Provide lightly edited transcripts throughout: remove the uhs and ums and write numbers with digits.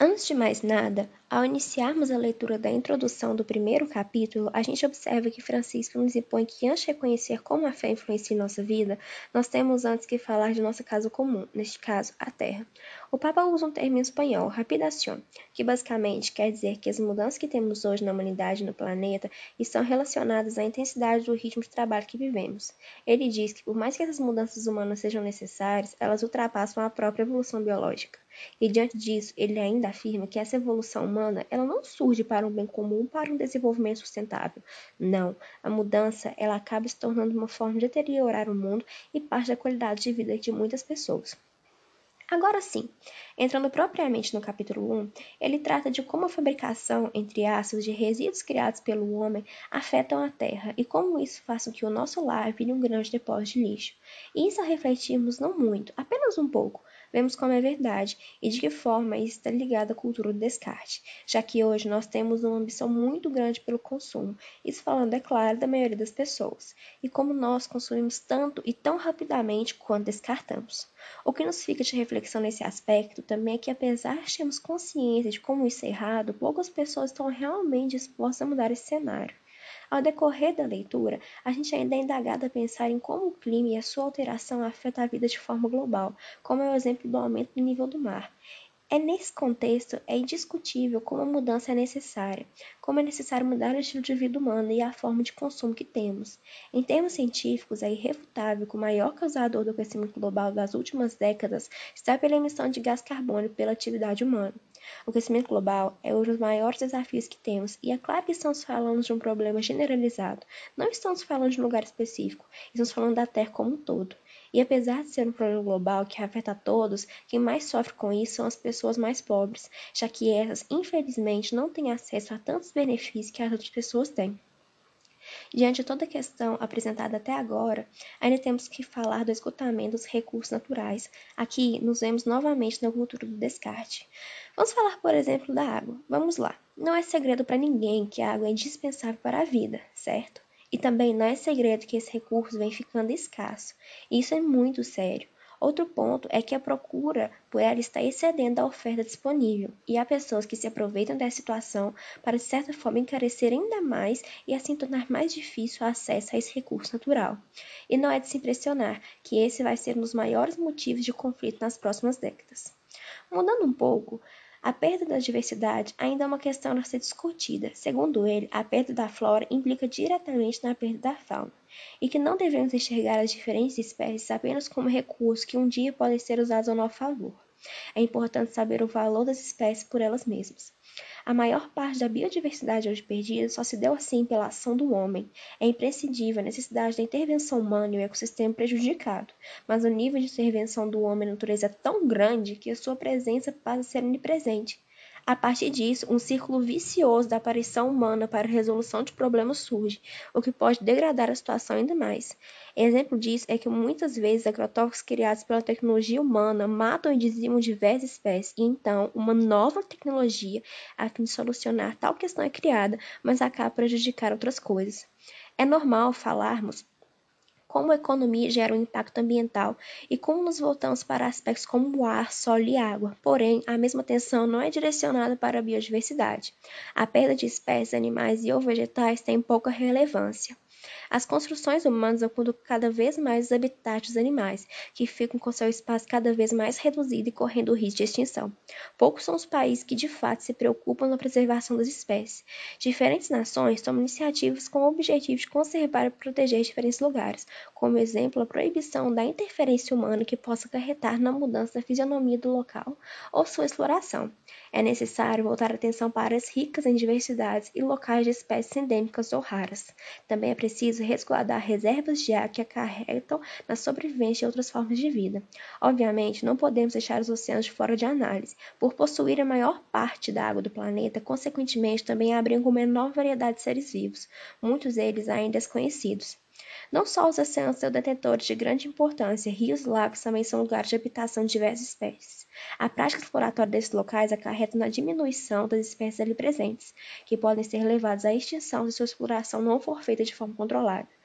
Antes de mais nada, ao iniciarmos a leitura da introdução do primeiro capítulo, a gente observa que Francisco nos impõe que, antes de reconhecer como a fé influencia em nossa vida, nós temos antes que falar de nossa casa comum, neste caso, a Terra. O Papa usa um termo em espanhol, rapidación, que basicamente quer dizer que as mudanças que temos hoje na humanidade e no planeta estão relacionadas à intensidade do ritmo de trabalho que vivemos. Ele diz que, por mais que essas mudanças humanas sejam necessárias, elas ultrapassam a própria evolução biológica. E diante disso, ele ainda afirma que essa evolução humana ela não surge para um bem comum, para um desenvolvimento sustentável. Não, a mudança ela acaba se tornando uma forma de deteriorar o mundo e parte da qualidade de vida de muitas pessoas. Agora sim, entrando propriamente no capítulo 1, ele trata de como a fabricação, entre aspas, de resíduos criados pelo homem afetam a Terra e como isso faz com que o nosso lar vire um grande depósito de lixo. E isso a refletirmos não muito, apenas um pouco, vemos como é verdade e de que forma isso está ligado à cultura do descarte, já que hoje nós temos uma ambição muito grande pelo consumo, isso falando, é claro, da maioria das pessoas, e como nós consumimos tanto e tão rapidamente quanto descartamos. O que nos fica de reflexão nesse aspecto também é que, apesar de termos consciência de como isso é errado, poucas pessoas estão realmente dispostas a mudar esse cenário. Ao decorrer da leitura, a gente ainda é indagado a pensar em como o clima e a sua alteração afetam a vida de forma global, como é o exemplo do aumento do nível do mar. Nesse contexto, é indiscutível como a mudança é necessária, como é necessário mudar o estilo de vida humano e a forma de consumo que temos. Em termos científicos, é irrefutável que o maior causador do aquecimento global das últimas décadas está pela emissão de gás carbônico pela atividade humana. O aquecimento global é um dos maiores desafios que temos, e é claro que estamos falando de um problema generalizado. Não estamos falando de um lugar específico, estamos falando da Terra como um todo. E apesar de ser um problema global que afeta a todos, quem mais sofre com isso são as pessoas mais pobres, já que essas, infelizmente, não têm acesso a tantos benefícios que as outras pessoas têm. Diante de toda a questão apresentada até agora, ainda temos que falar do esgotamento dos recursos naturais. Aqui nos vemos novamente na cultura do descarte. Vamos falar, por exemplo, da água. Vamos lá. Não é segredo para ninguém que a água é indispensável para a vida, certo? E também não é segredo que esse recurso vem ficando escasso. Isso é muito sério. Outro ponto é que a procura por ela está excedendo a oferta disponível, e há pessoas que se aproveitam dessa situação para, de certa forma, encarecer ainda mais e assim tornar mais difícil o acesso a esse recurso natural. E não é de se impressionar que esse vai ser um dos maiores motivos de conflito nas próximas décadas. Mudando um pouco, a perda da diversidade ainda é uma questão a ser discutida. Segundo ele, a perda da flora implica diretamente na perda da fauna, e que não devemos enxergar as diferentes espécies apenas como recursos que um dia podem ser usados ao nosso favor. É importante saber o valor das espécies por elas mesmas. A maior parte da biodiversidade hoje perdida só se deu assim pela ação do homem. É imprescindível a necessidade da intervenção humana e o ecossistema prejudicado, mas o nível de intervenção do homem na natureza é tão grande que a sua presença passa a ser onipresente. A partir disso, um círculo vicioso da aparição humana para a resolução de problemas surge, o que pode degradar a situação ainda mais. Exemplo disso é que muitas vezes agrotóxicos criados pela tecnologia humana matam e dizimam diversas espécies, e então uma nova tecnologia a fim de solucionar tal questão é criada, mas acaba prejudicar outras coisas. É normal falarmos como a economia gera um impacto ambiental e como nos voltamos para aspectos como o ar, solo e água. Porém, a mesma atenção não é direcionada para a biodiversidade. A perda de espécies animais e ou vegetais tem pouca relevância. As construções humanas ocupam cada vez mais os habitats dos animais, que ficam com seu espaço cada vez mais reduzido e correndo o risco de extinção. Poucos são os países que de fato se preocupam na preservação das espécies. Diferentes nações tomam iniciativas com o objetivo de conservar e proteger diferentes lugares, como exemplo a proibição da interferência humana que possa acarretar na mudança da fisionomia do local ou sua exploração. É necessário voltar a atenção para as ricas em diversidades e locais de espécies endêmicas ou raras. Também é preciso resguardar reservas de água que acarretam na sobrevivência de outras formas de vida. Obviamente, não podemos deixar os oceanos de fora de análise. Por possuir a maior parte da água do planeta, consequentemente também abrigam uma enorme variedade de seres vivos, muitos deles ainda desconhecidos. Não só os oceanos são detentores de grande importância, rios e lagos também são lugares de habitação de diversas espécies. A prática exploratória desses locais acarreta na diminuição das espécies ali presentes, que podem ser levadas à extinção se sua exploração não for feita de forma controlada.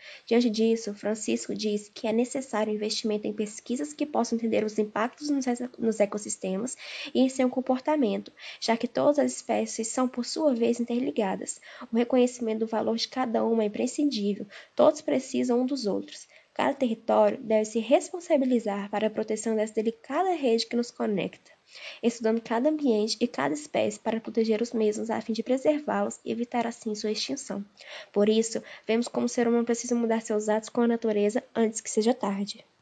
Diante disso, Francisco diz que é necessário investimento em pesquisas que possam entender os impactos nos ecossistemas e em seu comportamento, já que todas as espécies são, por sua vez, interligadas. O reconhecimento do valor de cada uma é imprescindível, todos precisam um dos outros. Cada território deve se responsabilizar para a proteção dessa delicada rede que nos conecta, estudando cada ambiente e cada espécie para proteger os mesmos a fim de preservá-los e evitar assim sua extinção. Por isso, vemos como o ser humano precisa mudar seus atos com a natureza antes que seja tarde.